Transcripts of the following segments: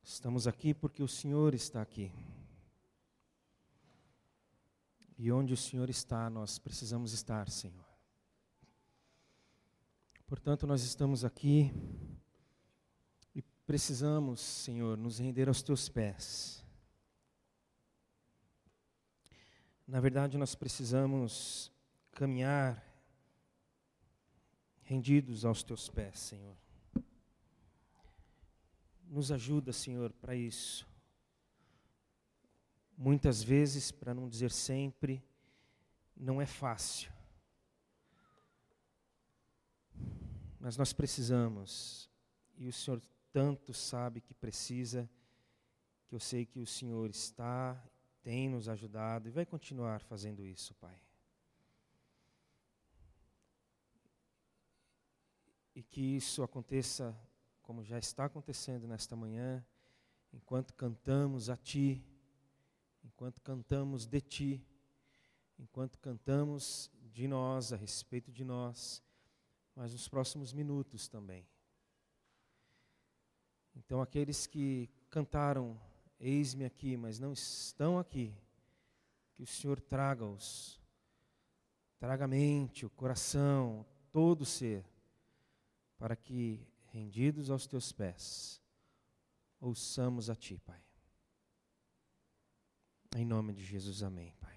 Estamos aqui porque o Senhor está aqui. E onde o Senhor está, nós precisamos estar, Senhor. Portanto, nós estamos aqui e precisamos, Senhor, nos render aos Teus pés. Na verdade, nós precisamos caminhar rendidos aos Teus pés, Senhor. Nos ajuda, Senhor, para isso. Muitas vezes, para não dizer sempre, não é fácil. Mas nós precisamos, e o Senhor tanto sabe que precisa, que eu sei que o Senhor tem nos ajudado e vai continuar fazendo isso, Pai. E que isso aconteça como já está acontecendo nesta manhã, enquanto cantamos a Ti, enquanto cantamos de Ti, enquanto cantamos de nós, a respeito de nós, mas nos próximos minutos também. Então, aqueles que cantaram, eis-me aqui, mas não estão aqui, que o Senhor traga-os, traga a mente, o coração, todo o ser, para que, rendidos aos Teus pés, ouçamos a Ti, Pai. Em nome de Jesus, amém, Pai.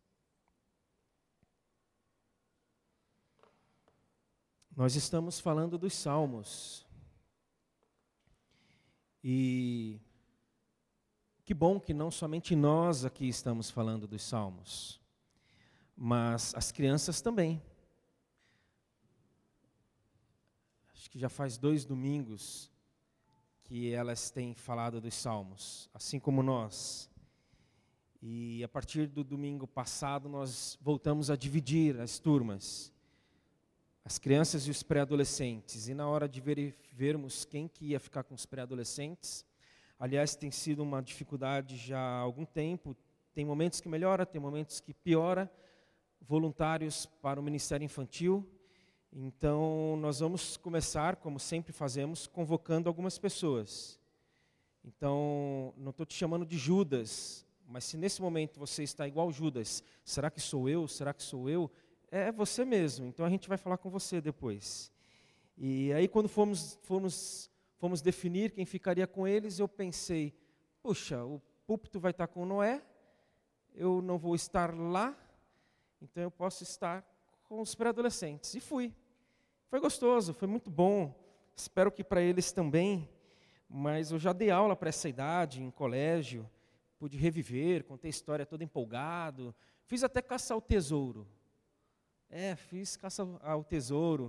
Nós estamos falando dos Salmos. E que bom que não somente nós aqui estamos falando dos Salmos, mas as crianças também. Acho que já faz 2 domingos que elas têm falado dos Salmos, assim como nós. E a partir do domingo passado nós voltamos a dividir as turmas, as crianças e os pré-adolescentes. E na hora de vermos quem que ia ficar com os pré-adolescentes, aliás, tem sido uma dificuldade já há algum tempo, tem momentos que melhora, tem momentos que piora, voluntários para o Ministério Infantil. Então, nós vamos começar, como sempre fazemos, convocando algumas pessoas. Então, não estou te chamando de Judas, mas se nesse momento você está igual Judas, será que sou eu? Será que sou eu? É você mesmo, então a gente vai falar com você depois. E aí, quando fomos definir quem ficaria com eles, eu pensei, puxa, o púlpito vai estar com o Noé, eu não vou estar lá, então eu posso estar com os pré-adolescentes. E fui. Foi gostoso, foi muito bom. Espero que para eles também. Mas eu já dei aula para essa idade, em colégio. Pude reviver, contei a história toda empolgado. Fiz até caça ao tesouro. Fiz caça ao tesouro.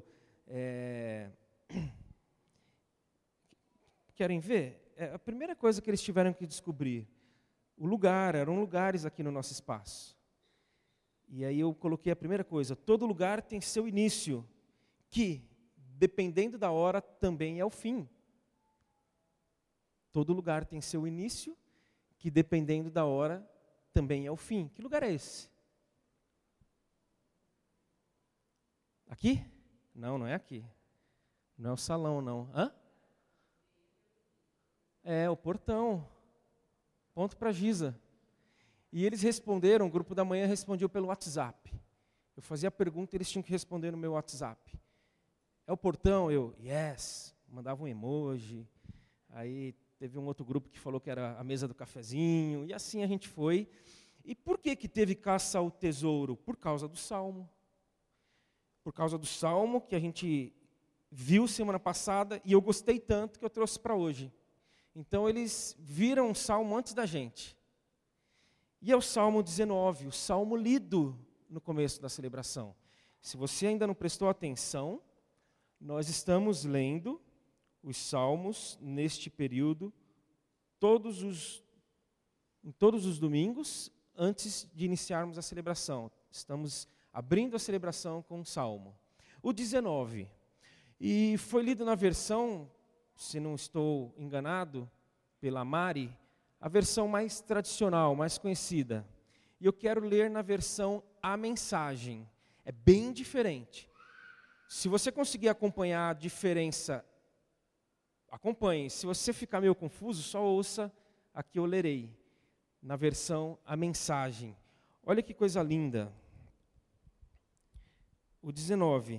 Querem ver? A primeira coisa que eles tiveram que descobrir, o lugar, eram lugares aqui no nosso espaço. E aí eu coloquei a primeira coisa, todo lugar tem seu início, que, dependendo da hora, também é o fim. Todo lugar tem seu início, que dependendo da hora, também é o fim. Que lugar é esse? Aqui? Não, não é aqui. Não é o salão, não. Hã? É, o portão. Ponto para Giza. E eles responderam, o grupo da manhã respondeu pelo WhatsApp. Eu fazia a pergunta e eles tinham que responder no meu WhatsApp. É o portão? Eu, yes. Mandava um emoji. Aí teve um outro grupo que falou que era a mesa do cafezinho. E assim a gente foi. E por que teve caça ao tesouro? Por causa do Salmo. Por causa do Salmo que a gente viu semana passada e eu gostei tanto que eu trouxe para hoje. Então eles viram o Salmo antes da gente. E é o Salmo 19, o Salmo lido no começo da celebração. Se você ainda não prestou atenção, nós estamos lendo os Salmos neste período, em todos os domingos, antes de iniciarmos a celebração. Estamos abrindo a celebração com um Salmo. O 19. E foi lido na versão, se não estou enganado, pela Mari, a versão mais tradicional, mais conhecida. E eu quero ler na versão A Mensagem. É bem diferente. Se você conseguir acompanhar a diferença Acompanhe. Se você ficar meio confuso, só ouça a que eu lerei, na versão A Mensagem. Olha que coisa linda. O 19.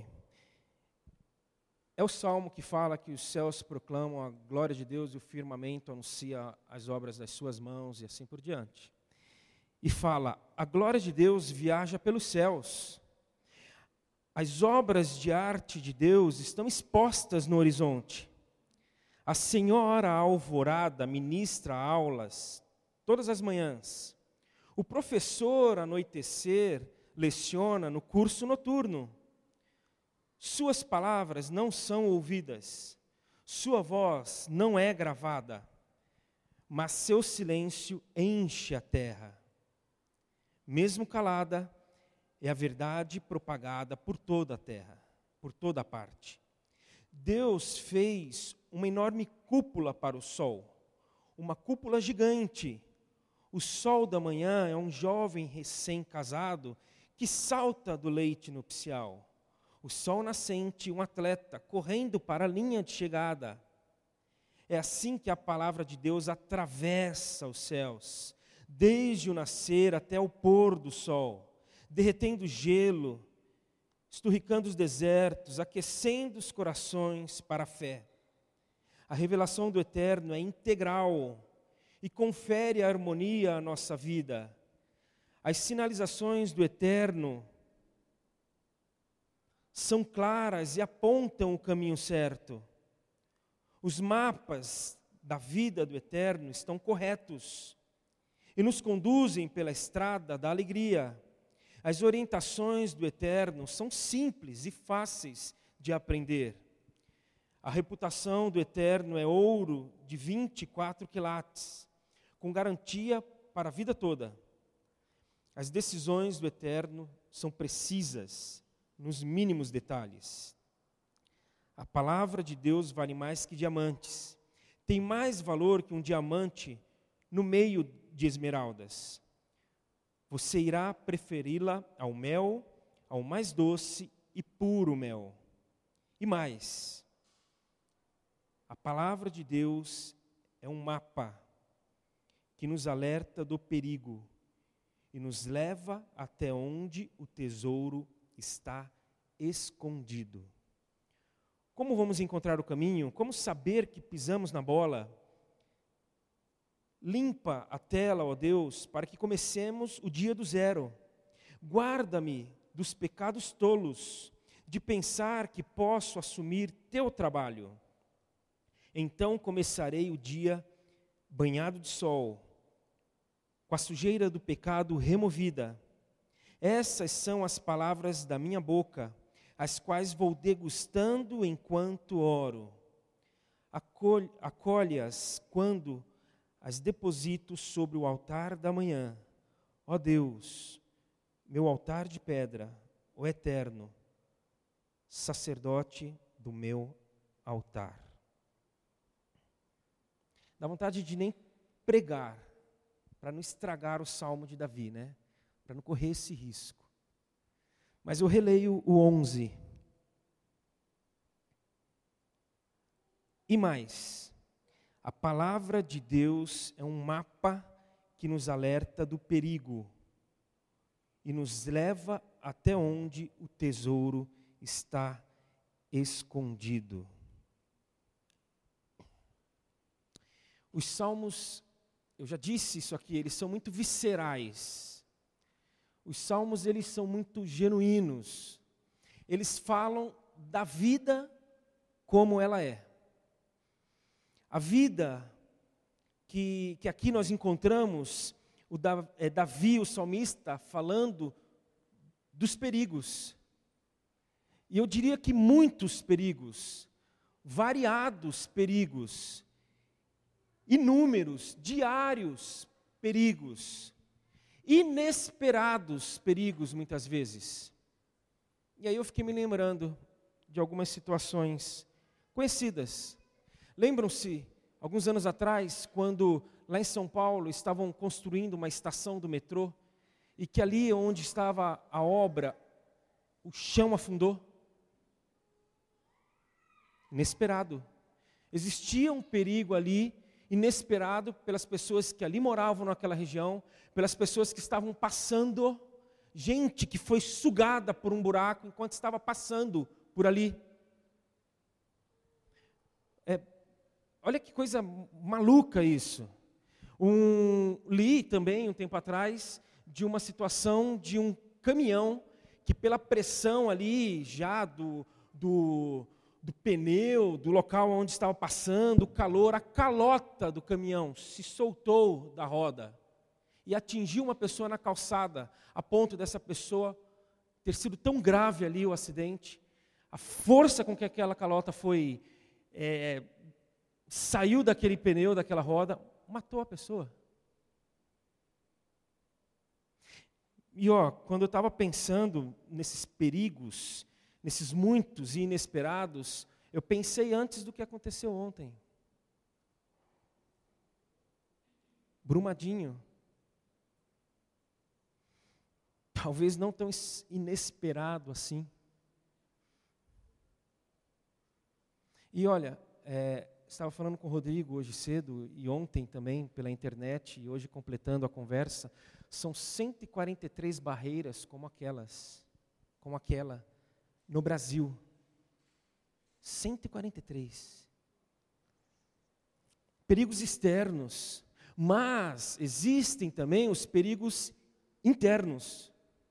É o salmo que fala que os céus proclamam a glória de Deus e o firmamento anuncia as obras das suas mãos e assim por diante. E fala, a glória de Deus viaja pelos céus. As obras de arte de Deus estão expostas no horizonte. A senhora alvorada ministra aulas todas as manhãs. O professor anoitecer leciona no curso noturno. Suas palavras não são ouvidas, sua voz não é gravada, mas seu silêncio enche a terra. Mesmo calada, é a verdade propagada por toda a terra, por toda a parte. Deus fez uma enorme cúpula para o sol, uma cúpula gigante. O sol da manhã é um jovem recém-casado que salta do leite nupcial. O sol nascente, um atleta correndo para a linha de chegada. É assim que a palavra de Deus atravessa os céus, desde o nascer até o pôr do sol, derretendo gelo, esturricando os desertos, aquecendo os corações para a fé. A revelação do Eterno é integral e confere harmonia à nossa vida. As sinalizações do Eterno são claras e apontam o caminho certo. Os mapas da vida do Eterno estão corretos e nos conduzem pela estrada da alegria. As orientações do Eterno são simples e fáceis de aprender. A reputação do Eterno é ouro de 24 quilates, com garantia para a vida toda. As decisões do Eterno são precisas nos mínimos detalhes. A palavra de Deus vale mais que diamantes. Tem mais valor que um diamante no meio de esmeraldas. Você irá preferi-la ao mel, ao mais doce e puro mel. E mais, a palavra de Deus é um mapa que nos alerta do perigo e nos leva até onde o tesouro está escondido. Como vamos encontrar o caminho? Como saber que pisamos na bola? Limpa a tela, ó Deus, para que comecemos o dia do zero. Guarda-me dos pecados tolos, de pensar que posso assumir teu trabalho. Então começarei o dia banhado de sol, com a sujeira do pecado removida. Essas são as palavras da minha boca, as quais vou degustando enquanto oro. Acolhe-as quando as deposito sobre o altar da manhã. Ó Deus, meu altar de pedra, o Eterno, sacerdote do meu altar. Dá vontade de nem pregar, para não estragar o salmo de Davi, né? Para não correr esse risco. Mas eu releio o 11. E mais, a palavra de Deus é um mapa que nos alerta do perigo e nos leva até onde o tesouro está escondido. Os salmos, eu já disse isso aqui, eles são muito viscerais. Os salmos, eles são muito genuínos. Eles falam da vida como ela é. A vida que aqui nós encontramos, Davi, o salmista, falando dos perigos. E eu diria que muitos perigos, variados perigos, inúmeros, diários perigos, inesperados perigos muitas vezes. E aí eu fiquei me lembrando de algumas situações conhecidas. Lembram-se, alguns anos atrás, quando lá em São Paulo estavam construindo uma estação do metrô, e que ali onde estava a obra, o chão afundou? Inesperado. Existia um perigo ali, inesperado, pelas pessoas que ali moravam naquela região, pelas pessoas que estavam passando, gente que foi sugada por um buraco enquanto estava passando por ali. Olha que coisa maluca isso. Li também, um tempo atrás, de uma situação de um caminhão que pela pressão ali, já do pneu, do local onde estava passando, o calor, a calota do caminhão se soltou da roda e atingiu uma pessoa na calçada, a ponto dessa pessoa ter sido tão grave ali o acidente, a força com que aquela calota saiu daquele pneu, daquela roda, matou a pessoa. E quando eu estava pensando nesses perigos, nesses muitos e inesperados, eu pensei antes do que aconteceu ontem. Brumadinho. Talvez não tão inesperado assim. E olha, estava falando com o Rodrigo hoje cedo, e ontem também pela internet, e hoje completando a conversa, são 143 barreiras como aquela, no Brasil. 143. Perigos externos, mas existem também os perigos internos,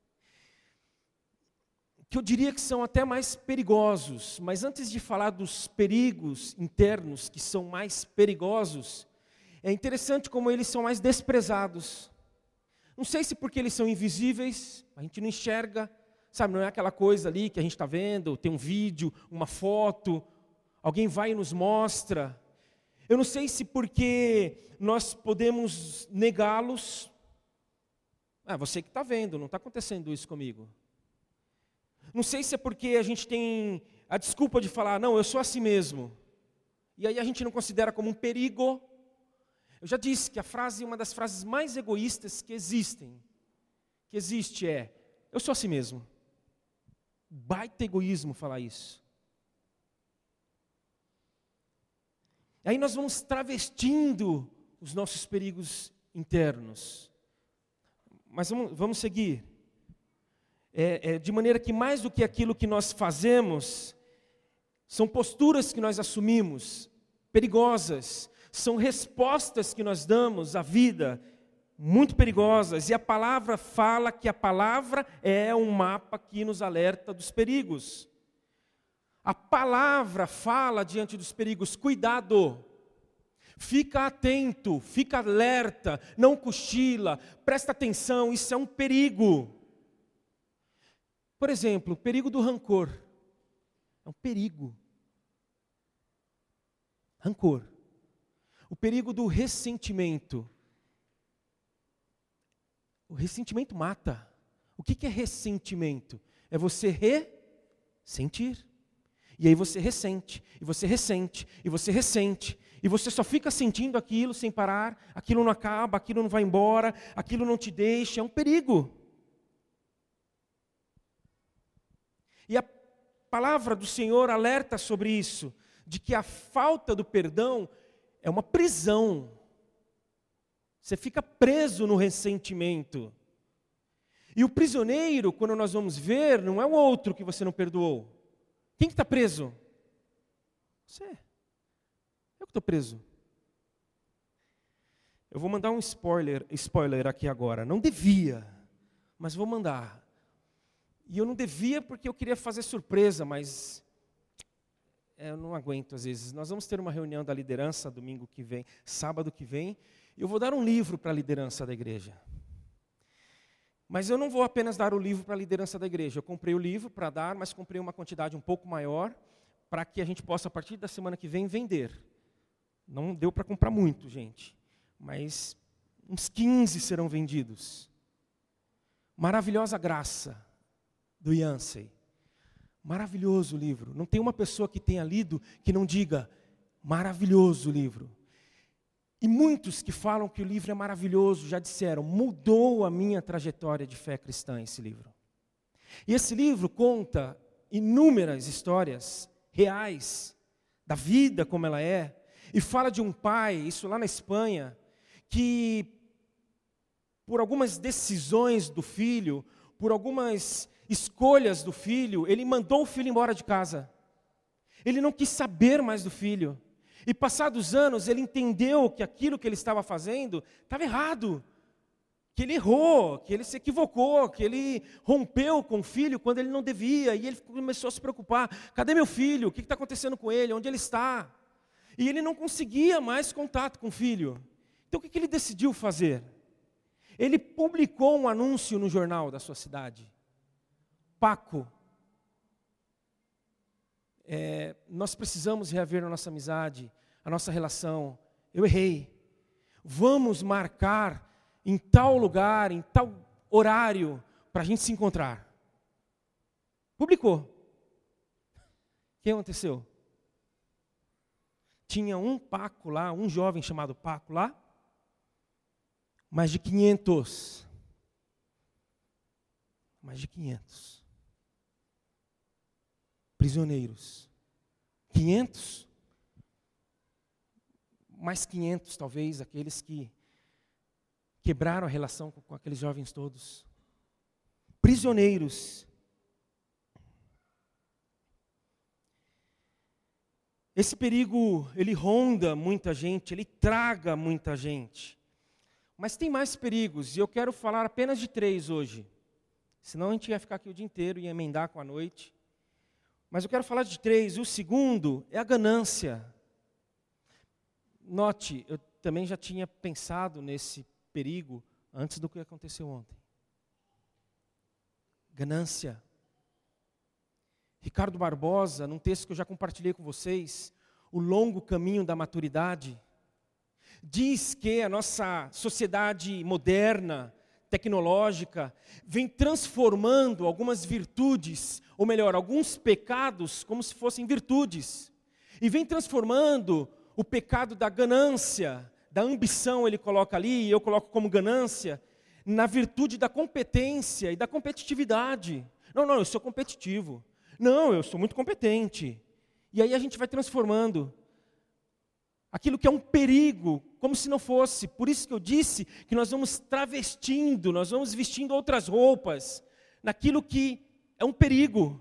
que eu diria que são até mais perigosos. Mas antes de falar dos perigos internos, que são mais perigosos, é interessante como eles são mais desprezados. Não sei se porque eles são invisíveis, a gente não enxerga, sabe, não é aquela coisa ali que a gente está vendo, tem um vídeo, uma foto, alguém vai e nos mostra. Eu não sei se porque nós podemos negá-los. Você que está vendo, não está acontecendo isso comigo. Não sei se é porque a gente tem a desculpa de falar, não, eu sou assim mesmo. E aí a gente não considera como um perigo. Eu já disse que uma das frases mais egoístas que existe é, eu sou assim mesmo. Baita egoísmo falar isso. E aí nós vamos travestindo os nossos perigos internos. Mas vamos seguir. De maneira que mais do que aquilo que nós fazemos, são posturas que nós assumimos, perigosas, são respostas que nós damos à vida, muito perigosas, e a palavra fala que a palavra é um mapa que nos alerta dos perigos. A palavra fala diante dos perigos, cuidado, fica atento, fica alerta, não cochila, presta atenção, isso é um perigo. Por exemplo, o perigo do rancor. É um perigo. Rancor. O perigo do ressentimento. O ressentimento mata. O que é ressentimento? É você ressentir. E aí você ressente, e você ressente, e você ressente. E você só fica sentindo aquilo sem parar. Aquilo não acaba, aquilo não vai embora, aquilo não te deixa. É um perigo. E a palavra do Senhor alerta sobre isso, de que a falta do perdão é uma prisão. Você fica preso no ressentimento. E o prisioneiro, quando nós vamos ver, não é o outro que você não perdoou. Quem que está preso? Você. Eu que estou preso. Eu vou mandar um spoiler aqui agora. Não devia, mas vou mandar. E eu não devia porque eu queria fazer surpresa, mas eu não aguento às vezes. Nós vamos ter uma reunião da liderança domingo que vem, sábado que vem, e eu vou dar um livro para a liderança da igreja. Mas eu não vou apenas dar o livro para a liderança da igreja. Eu comprei o livro para dar, mas comprei uma quantidade um pouco maior, para que a gente possa, a partir da semana que vem, vender. Não deu para comprar muito, gente, mas uns 15 serão vendidos. Maravilhosa Graça, do Yancey. Maravilhoso livro. Não tem uma pessoa que tenha lido que não diga, maravilhoso livro. E muitos que falam que o livro é maravilhoso já disseram, mudou a minha trajetória de fé cristã esse livro. E esse livro conta inúmeras histórias reais da vida como ela é, e fala de um pai, isso lá na Espanha, que por algumas decisões do filho, por algumas escolhas do filho, ele mandou o filho embora de casa. Ele não quis saber mais do filho. E passados anos, ele entendeu que aquilo que ele estava fazendo estava errado. Que ele errou, que ele se equivocou, que ele rompeu com o filho quando ele não devia. E ele começou a se preocupar. Cadê meu filho? O que está acontecendo com ele? Onde ele está? E ele não conseguia mais contato com o filho. Então o que ele decidiu fazer? Ele publicou um anúncio no jornal da sua cidade. Paco, nós precisamos reaver a nossa amizade, a nossa relação. Eu errei. Vamos marcar em tal lugar, em tal horário, para a gente se encontrar. Publicou. O que aconteceu? Tinha um Paco lá, um jovem chamado Paco lá, mais de 500. Mais de 500. Prisioneiros. 500? Mais 500, talvez, aqueles que quebraram a relação com aqueles jovens todos. Prisioneiros. Esse perigo, ele ronda muita gente, ele traga muita gente. Mas tem mais perigos, e eu quero falar apenas de 3 hoje. Senão a gente ia ficar aqui o dia inteiro e ia emendar com a noite. Mas eu quero falar de 3, e o segundo é a ganância. Note, eu também já tinha pensado nesse perigo antes do que aconteceu ontem. Ganância. Ricardo Barbosa, num texto que eu já compartilhei com vocês, O Longo Caminho da Maturidade, diz que a nossa sociedade moderna, tecnológica, vem transformando algumas virtudes, ou melhor, alguns pecados como se fossem virtudes. E vem transformando o pecado da ganância, da ambição, ele coloca ali, e eu coloco como ganância, na virtude da competência e da competitividade. Não, eu sou competitivo. Não, eu sou muito competente. E aí a gente vai transformando aquilo que é um perigo, como se não fosse. Por isso que eu disse que nós vamos travestindo, nós vamos vestindo outras roupas, naquilo que é um perigo.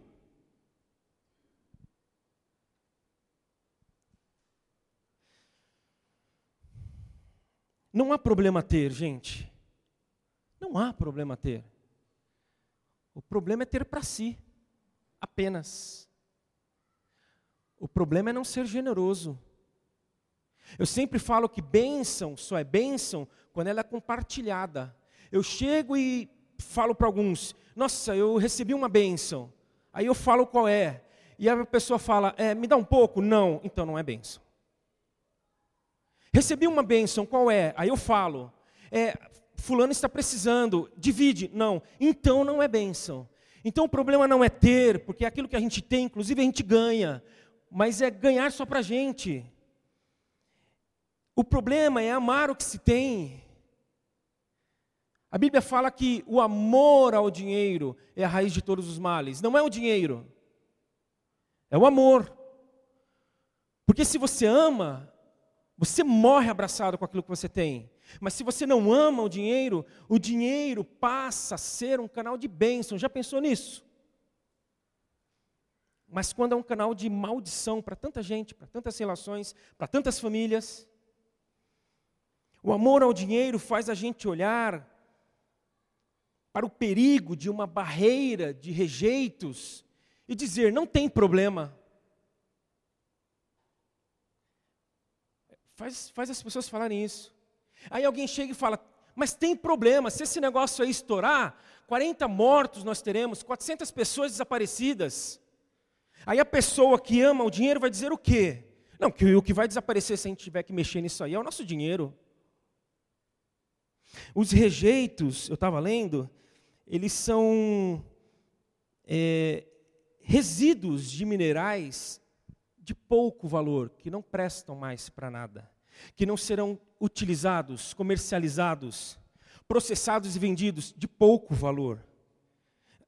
Não há problema ter, gente. Não há problema ter. O problema é ter para si, apenas. O problema é não ser generoso. Eu sempre falo que bênção só é bênção quando ela é compartilhada. Eu chego e falo para alguns, nossa, eu recebi uma bênção. Aí eu falo qual é. E a pessoa fala, me dá um pouco? Não, então não é bênção. Recebi uma bênção, qual é? Aí eu falo, fulano está precisando, divide. Não, então não é bênção. Então o problema não é ter, porque aquilo que a gente tem, inclusive a gente ganha, mas é ganhar só para a gente. O problema é amar o que se tem. A Bíblia fala que o amor ao dinheiro é a raiz de todos os males. Não é o dinheiro, é o amor. Porque se você ama, você morre abraçado com aquilo que você tem. Mas se você não ama o dinheiro passa a ser um canal de bênção. Já pensou nisso? Mas quando é um canal de maldição para tanta gente, para tantas relações, para tantas famílias, o amor ao dinheiro faz a gente olhar para o perigo de uma barreira de rejeitos e dizer, não tem problema. Faz as pessoas falarem isso. Aí alguém chega e fala, mas tem problema, se esse negócio aí estourar, 40 mortos nós teremos, 400 pessoas desaparecidas. Aí a pessoa que ama o dinheiro vai dizer o quê? Não, que o que vai desaparecer se a gente tiver que mexer nisso aí é o nosso dinheiro. Os rejeitos, eu estava lendo, eles são resíduos de minerais de pouco valor, que não prestam mais para nada, que não serão utilizados, comercializados, processados e vendidos de pouco valor.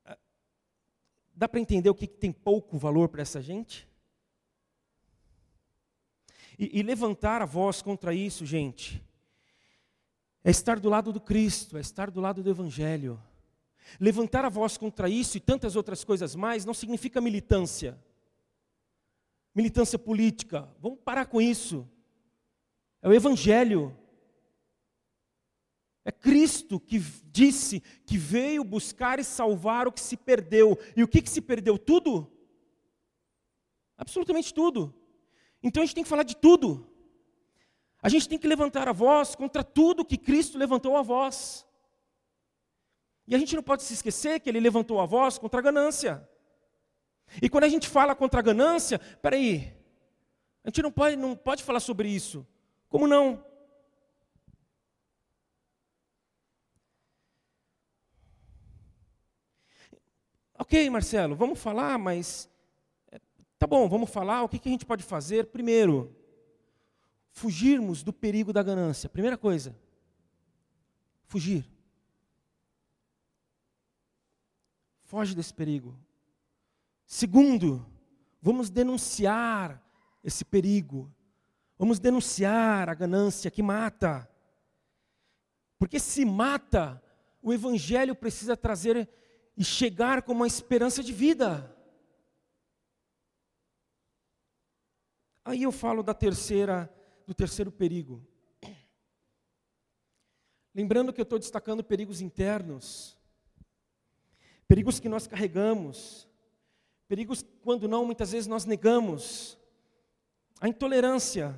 Dá para entender o que tem pouco valor para essa gente? E levantar a voz contra isso, gente, é estar do lado do Cristo, é estar do lado do Evangelho. Levantar a voz contra isso e tantas outras coisas mais não significa militância. Militância política. Vamos parar com isso. É o Evangelho. É Cristo que disse que veio buscar e salvar o que se perdeu. E o que se perdeu? Tudo. Absolutamente tudo. Então a gente tem que falar de tudo. A gente tem que levantar a voz contra tudo que Cristo levantou a voz. E a gente não pode se esquecer que Ele levantou a voz contra a ganância. E quando a gente fala contra a ganância, peraí, a gente não pode falar sobre isso. Como não? Ok, Marcelo, vamos falar, mas... Tá bom, vamos falar, o que a gente pode fazer? Primeiro, fugirmos do perigo da ganância. Primeira coisa, fugir. Foge desse perigo. Segundo, vamos denunciar esse perigo. Vamos denunciar a ganância que mata. Porque se mata, o Evangelho precisa trazer e chegar como uma esperança de vida. Aí eu falo do terceiro perigo. Lembrando que eu estou destacando perigos internos. Perigos que nós carregamos. Perigos que, quando não, muitas vezes nós negamos. A intolerância.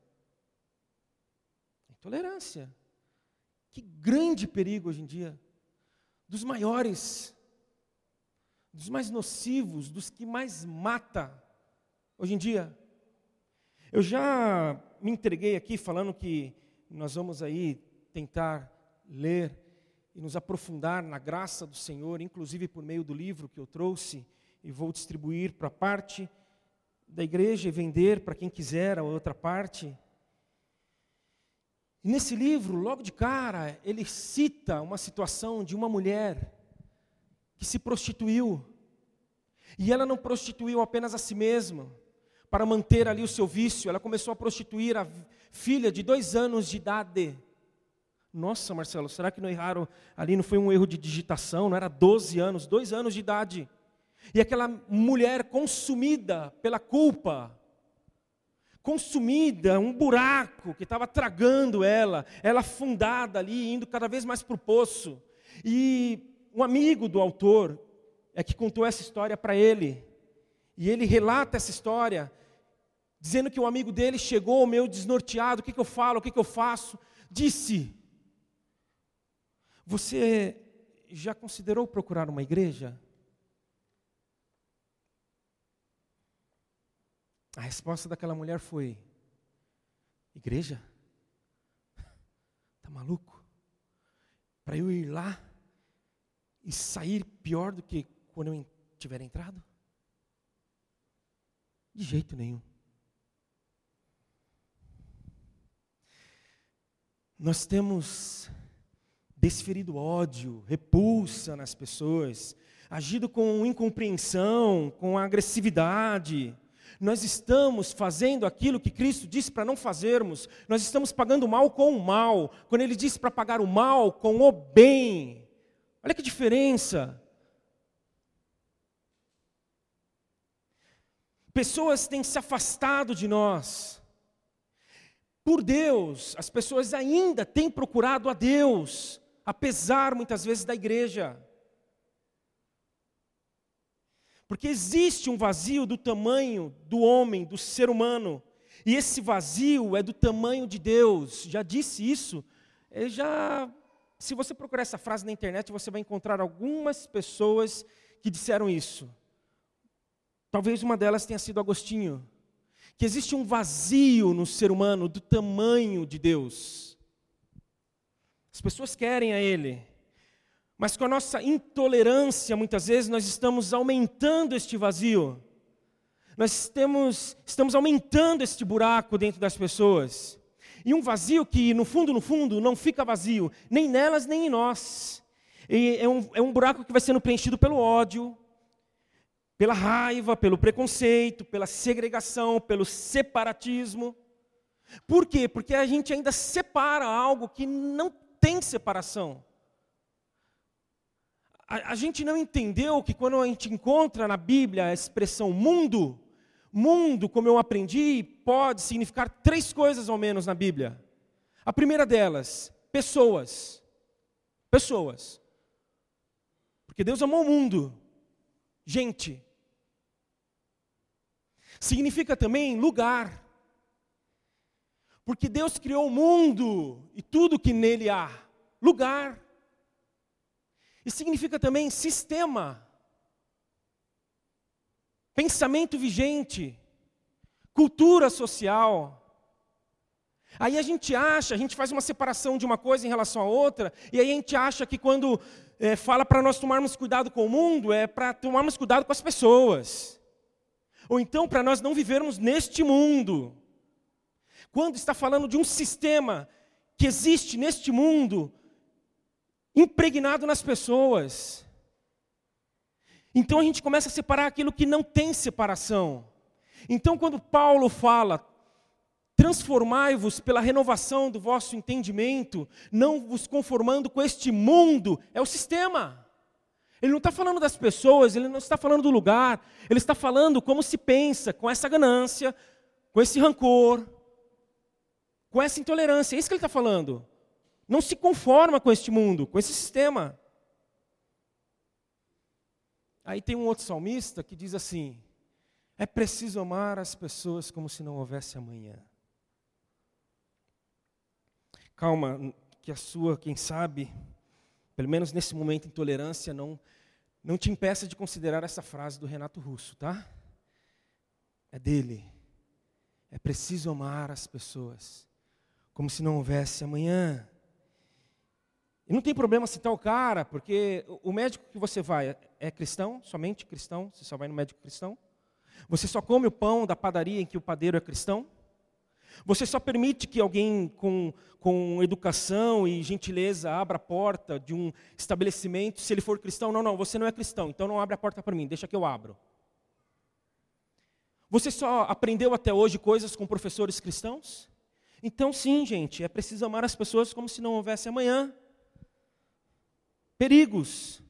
A intolerância. Que grande perigo hoje em dia. Dos maiores. Dos mais nocivos, dos que mais mata hoje em dia. Eu já me entreguei aqui falando que nós vamos aí tentar ler e nos aprofundar na graça do Senhor, inclusive por meio do livro que eu trouxe e vou distribuir para parte da igreja e vender para quem quiser a outra parte. E nesse livro, logo de cara, ele cita uma situação de uma mulher que se prostituiu. E ela não prostituiu apenas a si mesma, para manter ali o seu vício, ela começou a prostituir a filha de 2 anos de idade. Nossa, Marcelo, será que não erraram ali? Não foi um erro de digitação? Não era 12 anos, 2 anos de idade. E aquela mulher consumida pela culpa, consumida, um buraco que estava tragando ela afundada ali, indo cada vez mais para o poço. E um amigo do autor é que contou essa história para ele. E ele relata essa história, dizendo que o amigo dele chegou meio desnorteado, o que eu falo, o que eu faço? Disse: você já considerou procurar uma igreja? A resposta daquela mulher foi: igreja? Tá maluco? Para eu ir lá e sair pior do que quando eu tiver entrado? De jeito nenhum. Nós temos desferido ódio, repulsa nas pessoas, agido com incompreensão, com agressividade. Nós estamos fazendo aquilo que Cristo disse para não fazermos. Nós estamos pagando o mal com o mal, quando Ele disse para pagar o mal com o bem. Olha que diferença. Pessoas têm se afastado de nós. Por Deus, as pessoas ainda têm procurado a Deus, apesar muitas vezes da igreja. Porque existe um vazio do tamanho do homem, do ser humano. E esse vazio é do tamanho de Deus. Já disse isso. Se você procurar essa frase na internet, você vai encontrar algumas pessoas que disseram isso. Talvez uma delas tenha sido Agostinho. Que existe um vazio no ser humano do tamanho de Deus. As pessoas querem a Ele. Mas com a nossa intolerância, muitas vezes, nós estamos aumentando este vazio. Nós estamos aumentando este buraco dentro das pessoas. E um vazio que, no fundo, não fica vazio, nem nelas, nem em nós. E é um buraco que vai sendo preenchido pelo ódio, pela raiva, pelo preconceito, pela segregação, pelo separatismo. Por quê? Porque a gente ainda separa algo que não tem separação. A gente não entendeu que quando a gente encontra na Bíblia a expressão mundo, mundo, como eu aprendi, pode significar 3 coisas ao menos na Bíblia. A primeira delas, pessoas. Pessoas. Porque Deus amou o mundo. Gente. Significa também lugar. Porque Deus criou o mundo e tudo que nele há. Lugar. E significa também sistema. Pensamento vigente. Cultura social. Aí a gente faz uma separação de uma coisa em relação à outra, e aí a gente acha que quando fala para nós tomarmos cuidado com o mundo, é para tomarmos cuidado com as pessoas. Ou então para nós não vivermos neste mundo. Quando está falando de um sistema que existe neste mundo, impregnado nas pessoas. Então a gente começa a separar aquilo que não tem separação. Então quando Paulo fala, transformai-vos pela renovação do vosso entendimento, não vos conformando com este mundo, é o sistema. Ele não está falando das pessoas, ele não está falando do lugar, ele está falando como se pensa, com essa ganância, com esse rancor, com essa intolerância, é isso que ele está falando. Não se conforma com este mundo, com esse sistema. Aí tem um outro salmista que diz assim, é preciso amar as pessoas como se não houvesse amanhã. Calma, que a sua, quem sabe, pelo menos nesse momento, intolerância, não te impeça de considerar essa frase do Renato Russo, tá? É dele. É preciso amar as pessoas como se não houvesse amanhã. E não tem problema citar o cara, porque o médico que você vai é cristão, somente cristão, você só vai no médico cristão. Você só come o pão da padaria em que o padeiro é cristão. Você só permite que alguém com educação e gentileza abra a porta de um estabelecimento se ele for cristão. Não, você não é cristão, então não abre a porta para mim, deixa que eu abro. Você só aprendeu até hoje coisas com professores cristãos? Então sim, gente, é preciso amar as pessoas como se não houvesse amanhã. Perigos.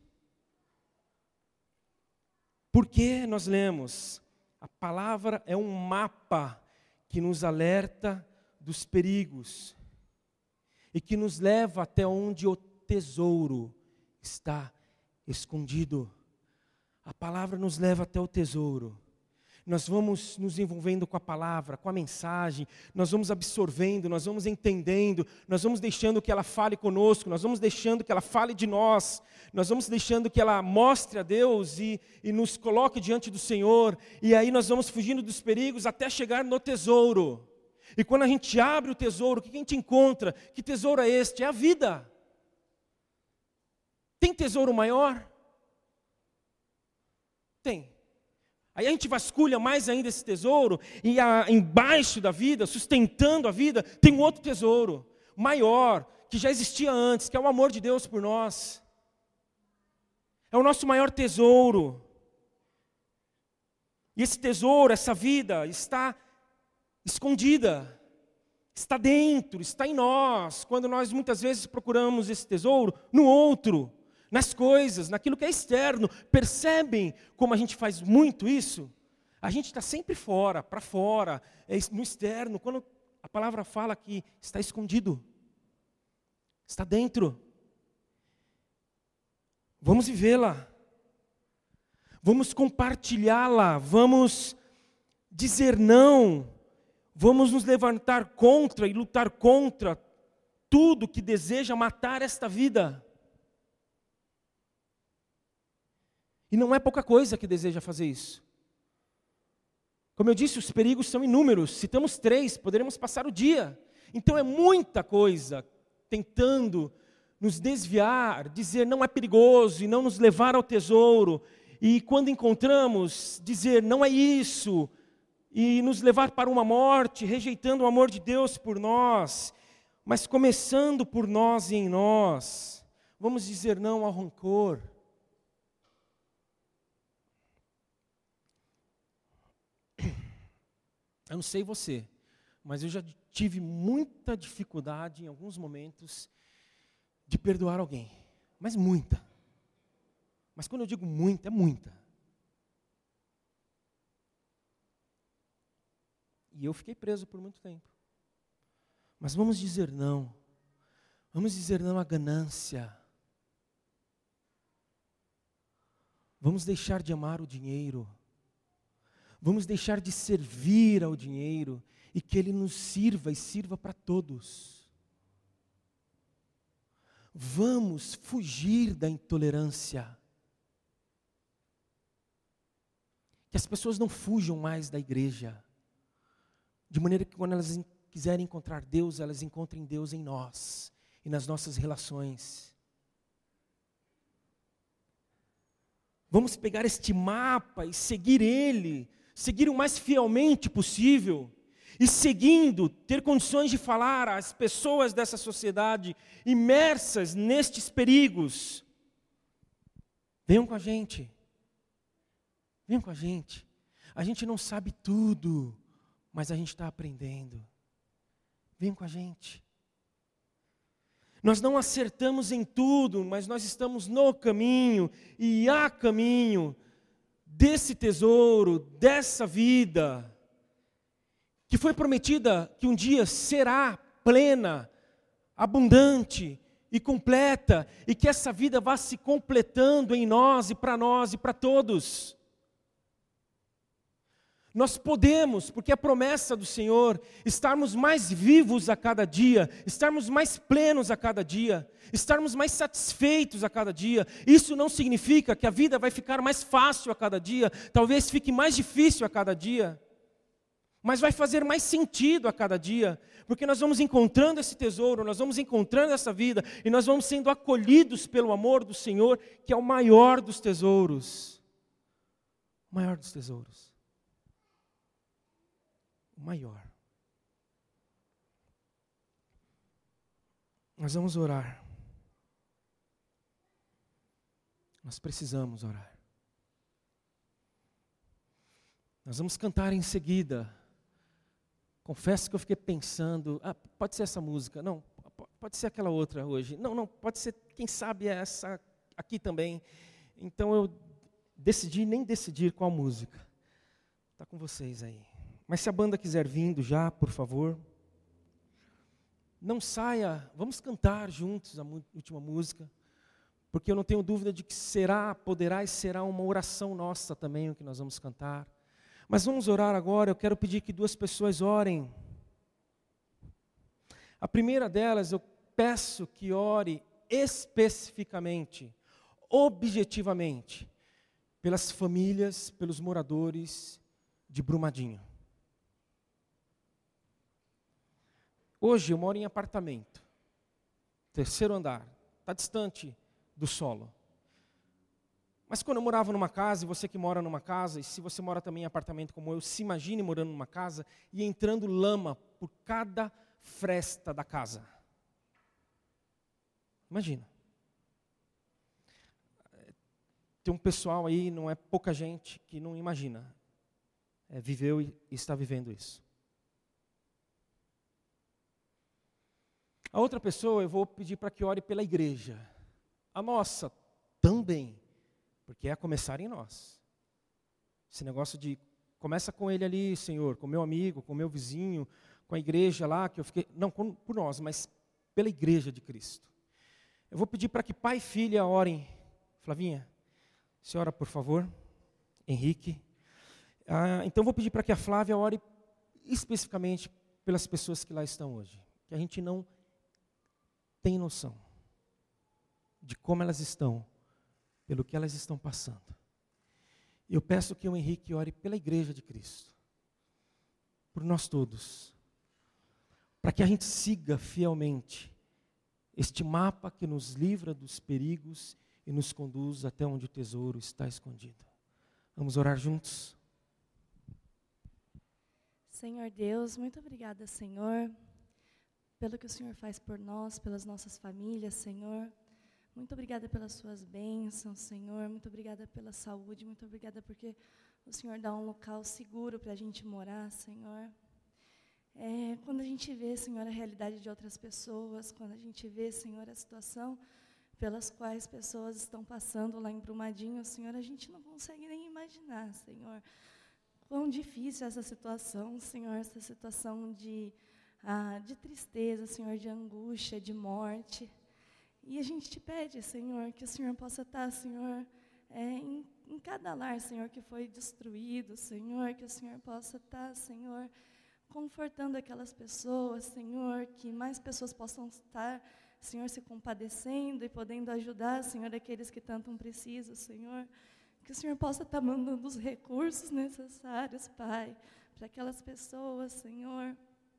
Porque nós lemos, a palavra é um mapa que nos alerta dos perigos e que nos leva até onde o tesouro está escondido. A palavra nos leva até o tesouro. Nós vamos nos envolvendo com a palavra, com a mensagem, nós vamos absorvendo, nós vamos entendendo, nós vamos deixando que ela fale conosco, nós vamos deixando que ela fale de nós, nós vamos deixando que ela mostre a Deus e nos coloque diante do Senhor, e aí nós vamos fugindo dos perigos até chegar no tesouro. E quando a gente abre o tesouro, o que a gente encontra? Que tesouro é este? É a vida. Tem tesouro maior? Tem. Aí a gente vasculha mais ainda esse tesouro, e embaixo da vida, sustentando a vida, tem um outro tesouro, maior, que já existia antes, que é o amor de Deus por nós. É o nosso maior tesouro. E esse tesouro, essa vida, está escondida, está dentro, está em nós, quando nós muitas vezes procuramos esse tesouro no outro, nas coisas, naquilo que é externo. Percebem como a gente faz muito isso? A gente está sempre fora, para fora, no externo, quando a palavra fala que está escondido, está dentro. Vamos vivê-la, vamos compartilhá-la, vamos dizer não, vamos nos levantar contra e lutar contra tudo que deseja matar esta vida. E não é pouca coisa que deseja fazer isso. Como eu disse, os perigos são inúmeros. Citamos 3, poderemos passar o dia. Então é muita coisa tentando nos desviar, dizer não é perigoso e não nos levar ao tesouro. E quando encontramos, dizer não é isso e nos levar para uma morte, rejeitando o amor de Deus por nós, mas começando por nós e em nós. Vamos dizer não ao rancor. Eu não sei você, mas eu já tive muita dificuldade em alguns momentos de perdoar alguém. Mas muita. Mas quando eu digo muita, é muita. E eu fiquei preso por muito tempo. Mas vamos dizer não. Vamos dizer não à ganância. Vamos deixar de amar o dinheiro. Vamos deixar de servir ao dinheiro e que ele nos sirva e sirva para todos. Vamos fugir da intolerância. Que as pessoas não fujam mais da igreja. De maneira que quando elas quiserem encontrar Deus, elas encontrem Deus em nós e nas nossas relações. Vamos pegar este mapa e seguir ele, seguir o mais fielmente possível, e seguindo, ter condições de falar às pessoas dessa sociedade imersas nestes perigos. Venham com a gente. Venham com a gente. A gente não sabe tudo, mas a gente está aprendendo. Venham com a gente. Nós não acertamos em tudo, mas nós estamos no caminho e a caminho desse tesouro, dessa vida, que foi prometida que um dia será plena, abundante e completa, e que essa vida vá se completando em nós e para todos. Nós podemos, porque é promessa do Senhor, estarmos mais vivos a cada dia, estarmos mais plenos a cada dia, estarmos mais satisfeitos a cada dia. Isso não significa que a vida vai ficar mais fácil a cada dia, talvez fique mais difícil a cada dia, mas vai fazer mais sentido a cada dia, porque nós vamos encontrando esse tesouro, nós vamos encontrando essa vida, e nós vamos sendo acolhidos pelo amor do Senhor, que é o maior dos tesouros. O maior dos tesouros. Maior. Nós vamos orar. Nós precisamos orar. Nós vamos cantar em seguida. Confesso que eu fiquei pensando, pode ser essa música, não, pode ser aquela outra hoje, não, pode ser, quem sabe essa aqui também. Então eu nem decidir qual música. Está com vocês aí. Mas se a banda quiser vindo já, por favor, não saia, vamos cantar juntos a última música, porque eu não tenho dúvida de que poderá e será uma oração nossa também o que nós vamos cantar. Mas vamos orar agora, eu quero pedir que 2 pessoas orem. A primeira delas, eu peço que ore especificamente, objetivamente, pelas famílias, pelos moradores de Brumadinho. Hoje eu moro em apartamento, 3º andar, está distante do solo. Mas quando eu morava numa casa, e você que mora numa casa, e se você mora também em apartamento como eu, se imagine morando numa casa e entrando lama por cada fresta da casa. Imagina. Tem um pessoal aí, não é pouca gente, que não imagina. Viveu e está vivendo isso. A outra pessoa eu vou pedir para que ore pela igreja. A nossa também, porque é a começar em nós. Esse negócio de, começa com ele ali, Senhor, com meu amigo, com meu vizinho, com a igreja lá, que eu fiquei, não por nós, mas pela igreja de Cristo. Eu vou pedir para que pai e filha orem. Flavinha, você ora por favor. Henrique. Então eu vou pedir para que a Flávia ore especificamente pelas pessoas que lá estão hoje. Que a gente não tem noção de como elas estão, pelo que elas estão passando. Eu peço que o Henrique ore pela igreja de Cristo, por nós todos, para que a gente siga fielmente este mapa que nos livra dos perigos e nos conduz até onde o tesouro está escondido. Vamos orar juntos? Senhor Deus, muito obrigada, Senhor, pelo que o Senhor faz por nós, pelas nossas famílias, Senhor. Muito obrigada pelas suas bênçãos, Senhor. Muito obrigada pela saúde. Muito obrigada porque o Senhor dá um local seguro para a gente morar, Senhor. Quando a gente vê, Senhor, a realidade de outras pessoas, quando a gente vê, Senhor, a situação pelas quais pessoas estão passando lá em Brumadinho, Senhor, a gente não consegue nem imaginar, Senhor, quão difícil é essa situação, Senhor, essa situação de tristeza, Senhor, de angústia, de morte. E a gente te pede, Senhor, que o Senhor possa estar, Senhor, em cada lar, Senhor, que foi destruído, Senhor, que o Senhor possa estar, Senhor, confortando aquelas pessoas, Senhor, que mais pessoas possam estar, Senhor, se compadecendo e podendo ajudar, Senhor, aqueles que tanto precisam, Senhor. Que o Senhor possa estar mandando os recursos necessários, Pai, para aquelas pessoas, Senhor,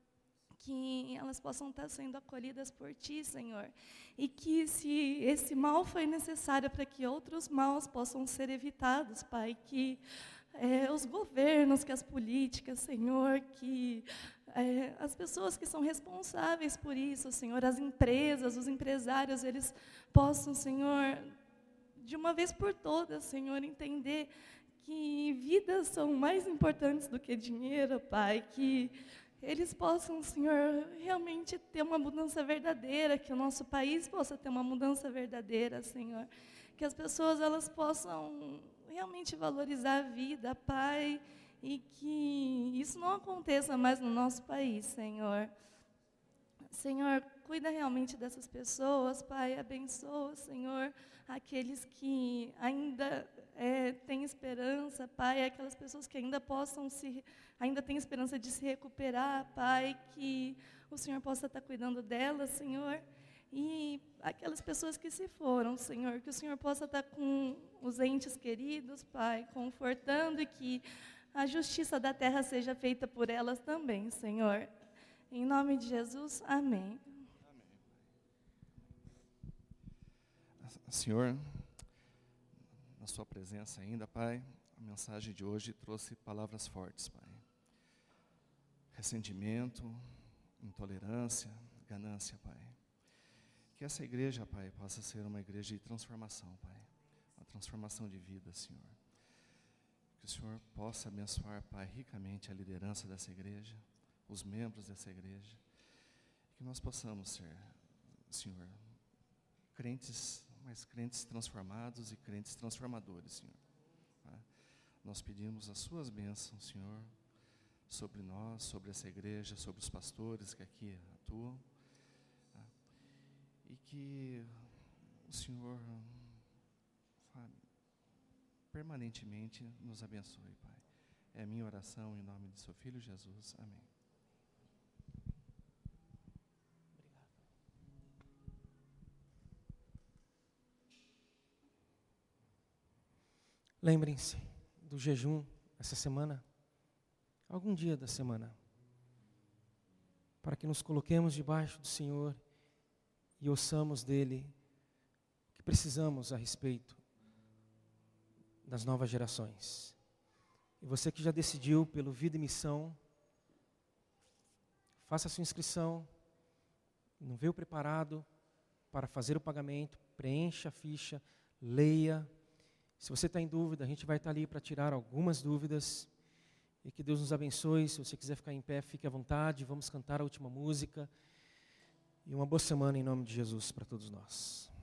que elas possam estar sendo acolhidas por Ti, Senhor. E que se esse mal foi necessário para que outros maus possam ser evitados, Pai, que os governos, que as políticas, Senhor, que as pessoas que são responsáveis por isso, Senhor, as empresas, os empresários, eles possam, Senhor, de uma vez por todas, Senhor, entender que vidas são mais importantes do que dinheiro, Pai, que eles possam, Senhor, realmente ter uma mudança verdadeira, que o nosso país possa ter uma mudança verdadeira, Senhor, que as pessoas elas possam realmente valorizar a vida, Pai, e que isso não aconteça mais no nosso país, Senhor. Senhor, cuida realmente dessas pessoas, Pai, abençoa, Senhor, aqueles que ainda têm esperança, Pai, aquelas pessoas que ainda têm esperança de se recuperar, Pai, que o Senhor possa estar cuidando delas, Senhor, e aquelas pessoas que se foram, Senhor, que o Senhor possa estar com os entes queridos, Pai, confortando e que a justiça da terra seja feita por elas também, Senhor. Em nome de Jesus, amém. Senhor, na sua presença ainda, Pai, a mensagem de hoje trouxe palavras fortes, Pai. Ressentimento, intolerância, ganância, Pai. Que essa igreja, Pai, possa ser uma igreja de transformação, Pai. Uma transformação de vida, Senhor. Que o Senhor possa abençoar, Pai, ricamente a liderança dessa igreja, os membros dessa igreja, que nós possamos ser, Senhor, crentes, mas crentes transformados e crentes transformadores, Senhor. Tá? Nós pedimos as suas bênçãos, Senhor, sobre nós, sobre essa igreja, sobre os pastores que aqui atuam, tá? E que o Senhor, sabe, permanentemente nos abençoe, Pai. É a minha oração em nome de seu Filho Jesus. Amém. Lembrem-se do jejum essa semana, algum dia da semana, para que nos coloquemos debaixo do Senhor e ouçamos dele o que precisamos a respeito das novas gerações. E você que já decidiu pelo Vida e Missão, faça a sua inscrição, não veio preparado para fazer o pagamento, preencha a ficha, leia. Se você está em dúvida, a gente vai estar ali para tirar algumas dúvidas. E que Deus nos abençoe. Se você quiser ficar em pé, fique à vontade. Vamos cantar a última música. E uma boa semana em nome de Jesus para todos nós.